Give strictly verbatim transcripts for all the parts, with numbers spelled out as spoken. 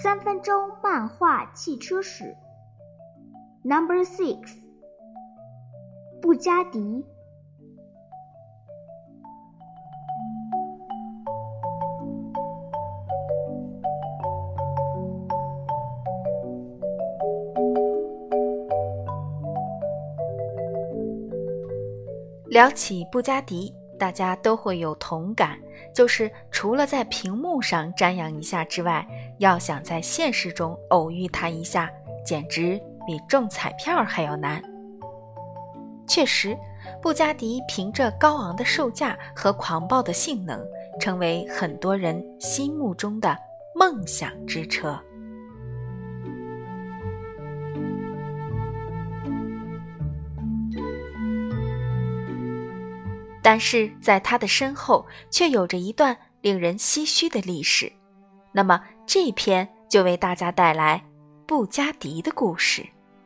三分钟漫画汽车史 Number six 布加迪。 聊起布加迪，大家都会有同感，就是除了在屏幕上瞻仰一下之外，要想在现实中偶遇它一下，简直比中彩票还要难。确实，布加迪凭着高昂的售价和狂暴的性能，成为很多人心目中的梦想之车。但是在他的身后却有着一段令人唏嘘的历史，那么这篇就为大家带来布加迪的故事。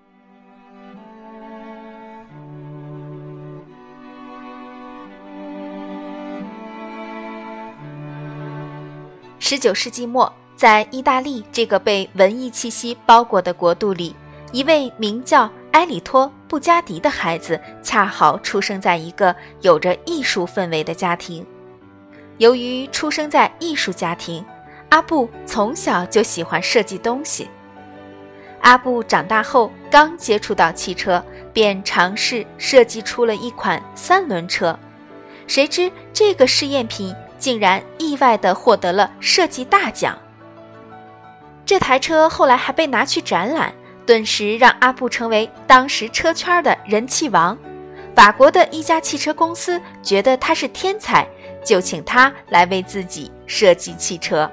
十九世纪末，在意大利这个被文艺气息包裹的国度里，一位名叫埃里托·布加迪的孩子恰好出生在一个有着艺术氛围的家庭。由于出生在艺术家庭，阿布从小就喜欢设计东西。阿布长大后刚接触到汽车，便尝试设计出了一款三轮车。谁知这个试验品竟然意外地获得了设计大奖。这台车后来还被拿去展览，顿时让阿布成为当时车圈的人气王。法国的一家汽车公司觉得他是天才，就请他来为自己设计汽车。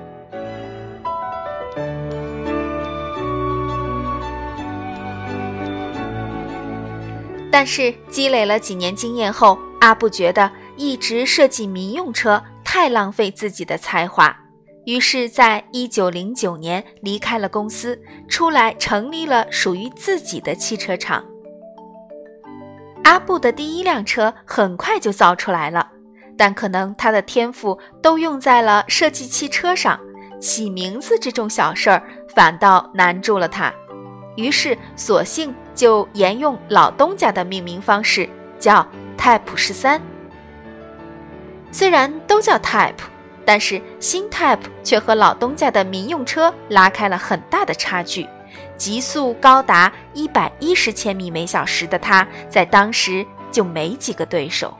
但是积累了几年经验后，阿布觉得一直设计民用车太浪费自己的才华，于是在一九零九年离开了公司，出来成立了属于自己的汽车厂。阿布的第一辆车很快就造出来了，但可能他的天赋都用在了设计汽车上，起名字这种小事儿反倒难住了他，于是索性就沿用老东家的命名方式，叫 Type 十三。虽然都叫 Type，但是新 Type 却和老东家的民用车拉开了很大的差距，极速高达一百一十千米每小时的它，在当时就没几个对手。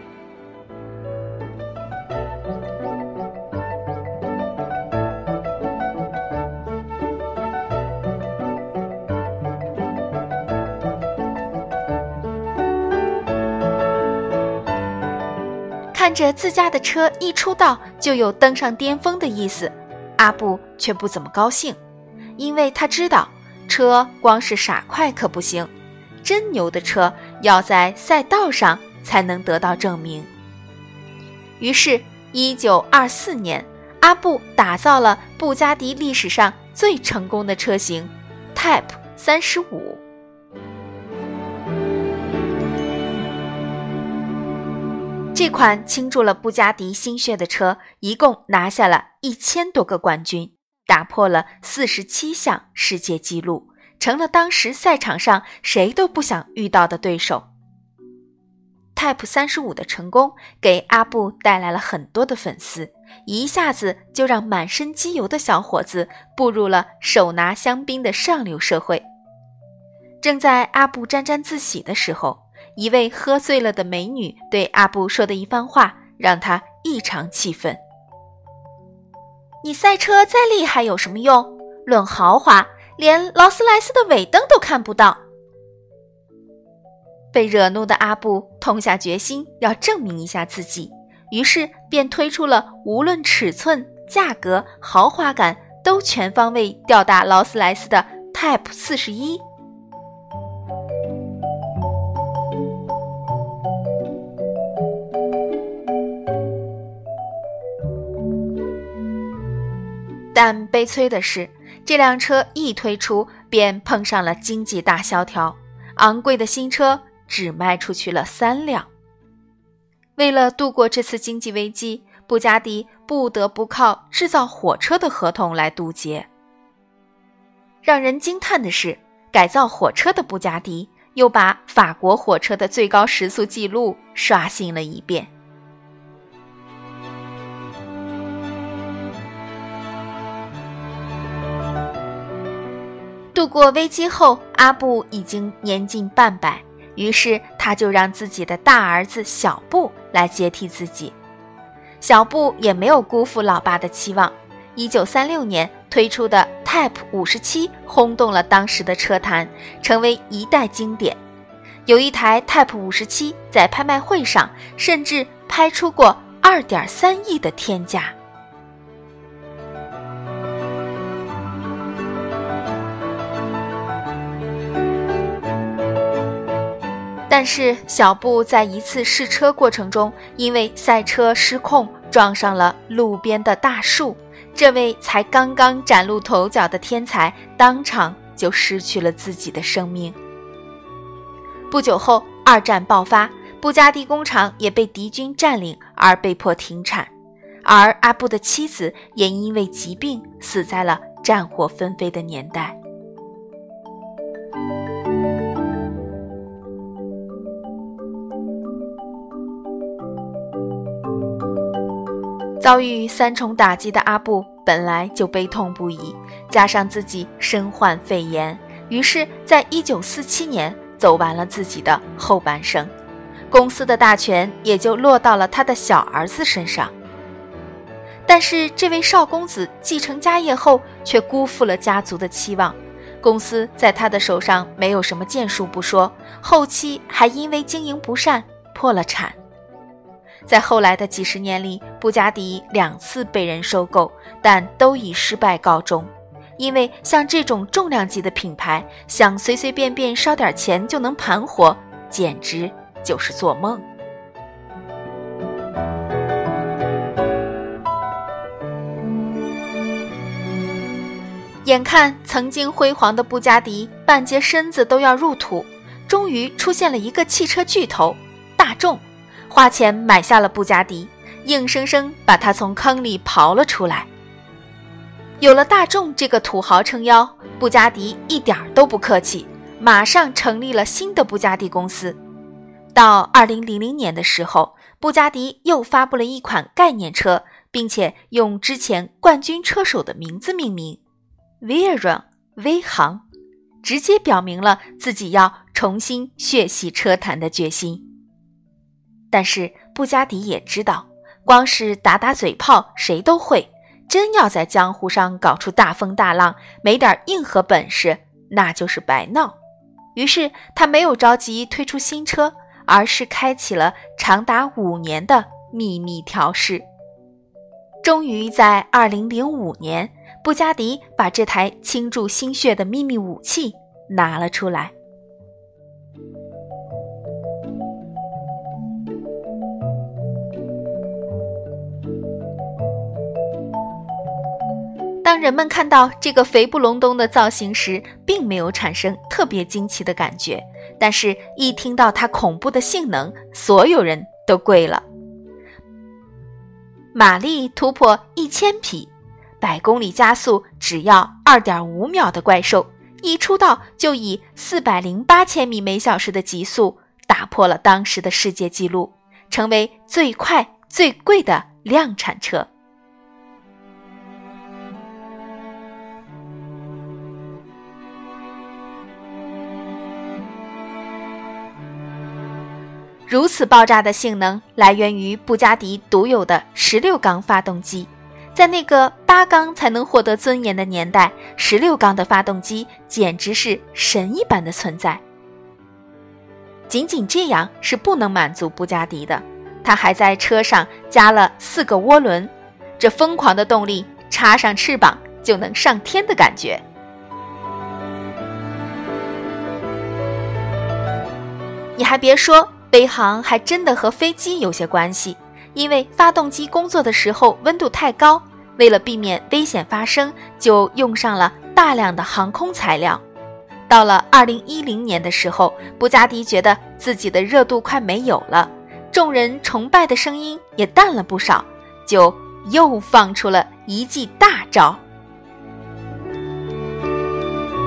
看着自家的车一出道就有登上巅峰的意思，阿布却不怎么高兴，因为他知道车光是傻快可不行，真牛的车要在赛道上才能得到证明。于是一九二四年，阿布打造了布加迪历史上最成功的车型 Type 三十五。这款倾注了布加迪心血的车，一共拿下了一千多个冠军，打破了四十七项世界纪录，成了当时赛场上谁都不想遇到的对手。Type 三十五的成功给阿布带来了很多的粉丝，一下子就让满身机油的小伙子步入了手拿香槟的上流社会。正在阿布沾沾自喜的时候，一位喝醉了的美女对阿布说的一番话让他异常气愤。你赛车再厉害有什么用？论豪华，连劳斯莱斯的尾灯都看不到。被惹怒的阿布痛下决心要证明一下自己，于是便推出了无论尺寸、价格、豪华感都全方位吊打劳斯莱斯的 Type 四十一。但悲催的是，这辆车一推出便碰上了经济大萧条，昂贵的新车只卖出去了三辆。为了度过这次经济危机，布加迪不得不靠制造火车的合同来渡劫。 让人惊叹的是，改造火车的布加迪又把法国火车的最高时速记录刷新了一遍。度过危机后，阿布已经年近半百，于是他就让自己的大儿子小布来接替自己。小布也没有辜负老爸的期望，一九三六年推出的 Type 五十七轰动了当时的车坛，成为一代经典。有一台 Type 五十七在拍卖会上甚至拍出过 二点三亿的天价。但是小布在一次试车过程中，因为赛车失控撞上了路边的大树，这位才刚刚崭露头角的天才当场就失去了自己的生命。不久后，二战爆发，布加迪工厂也被敌军占领而被迫停产，而阿布的妻子也因为疾病死在了战火纷飞的年代。遭遇三重打击的阿布本来就悲痛不已，加上自己身患肺炎，于是在一九四七年走完了自己的后半生，公司的大权也就落到了他的小儿子身上。但是这位少公子继承家业后，却辜负了家族的期望，公司在他的手上没有什么建树不说，后期还因为经营不善破了产。在后来的几十年里，布加迪两次被人收购，但都以失败告终。因为像这种重量级的品牌，想随随便便烧点钱就能盘活，简直就是做梦。眼看曾经辉煌的布加迪半截身子都要入土，终于出现了一个汽车巨头大众，花钱买下了布加迪，硬生生把它从坑里刨了出来。有了大众这个土豪撑腰，布加迪一点都不客气，马上成立了新的布加迪公司。到二零零零年的时候，布加迪又发布了一款概念车，并且用之前冠军车手的名字命名 Veyron 威航，直接表明了自己要重新血洗车坛的决心。但是布加迪也知道，光是打打嘴炮谁都会，真要在江湖上搞出大风大浪，没点硬核本事那就是白闹。于是他没有着急推出新车，而是开启了长达五年的秘密调试。终于在二零零五年，布加迪把这台倾注心血的秘密武器拿了出来。当人们看到这个肥不隆咚的造型时，并没有产生特别惊奇的感觉，但是一听到它恐怖的性能，所有人都跪了。马力突破一千匹，百公里加速只要 二点五秒的怪兽，一出道就以四百零八千米每小时的极速打破了当时的世界纪录，成为最快最贵的量产车。如此爆炸的性能来源于布加迪独有的十六缸发动机，在那个八缸才能获得尊严的年代，十六缸的发动机简直是神一般的存在。仅仅这样是不能满足布加迪的，它还在车上加了四个涡轮，这疯狂的动力插上翅膀就能上天的感觉。你还别说，威航还真的和飞机有些关系，因为发动机工作的时候温度太高，为了避免危险发生，就用上了大量的航空材料。到了二零一零年的时候，布加迪觉得自己的热度快没有了，众人崇拜的声音也淡了不少，就又放出了一记大招。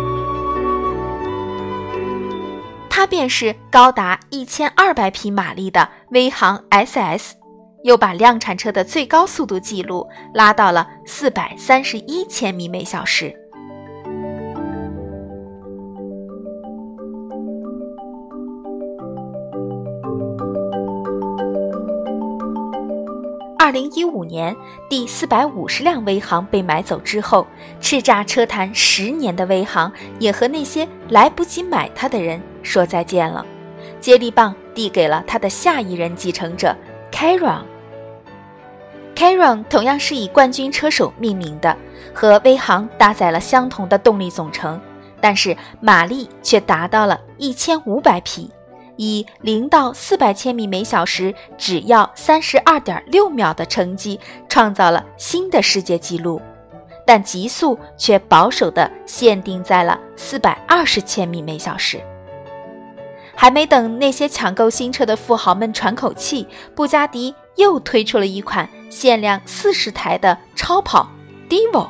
它便是高达一千二百匹马力的威航 S S， 又把量产车的最高速度记录拉到了四百三十一千米每小时。二零一五年，第四百五十辆威航被买走之后，叱咤车坛十年的威航也和那些来不及买它的人说再见了。接力棒递给了他的下一任继承者 Caron。Caron 同样是以冠军车手命名的，和威航搭载了相同的动力总成，但是马力却达到了一千五百匹。以零到四百千米每小时只要 三十二点六秒的成绩创造了新的世界纪录，但极速却保守地限定在了四百二十千米每小时。还没等那些抢购新车的富豪们喘口气，布加迪又推出了一款限量四十台的超跑 Divo。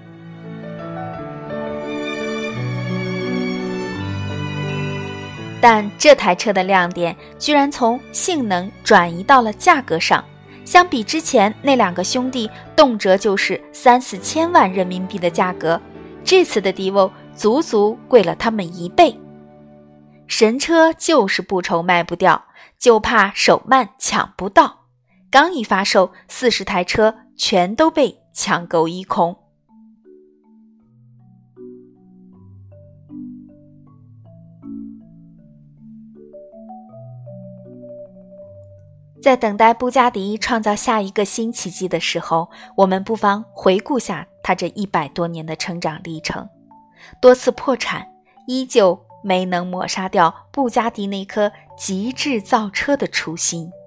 但这台车的亮点居然从性能转移到了价格上，相比之前那两个兄弟动辄就是三四千万人民币的价格，这次的 Divo 足足贵了他们一倍。神车就是不愁卖不掉，就怕手慢抢不到，刚一发售，四十台车全都被抢购一空。在等待布加迪创造下一个新奇迹的时候，我们不妨回顾下它这一百多年的成长历程。多次破产，依旧没能抹杀掉布加迪那颗极致造车的初心。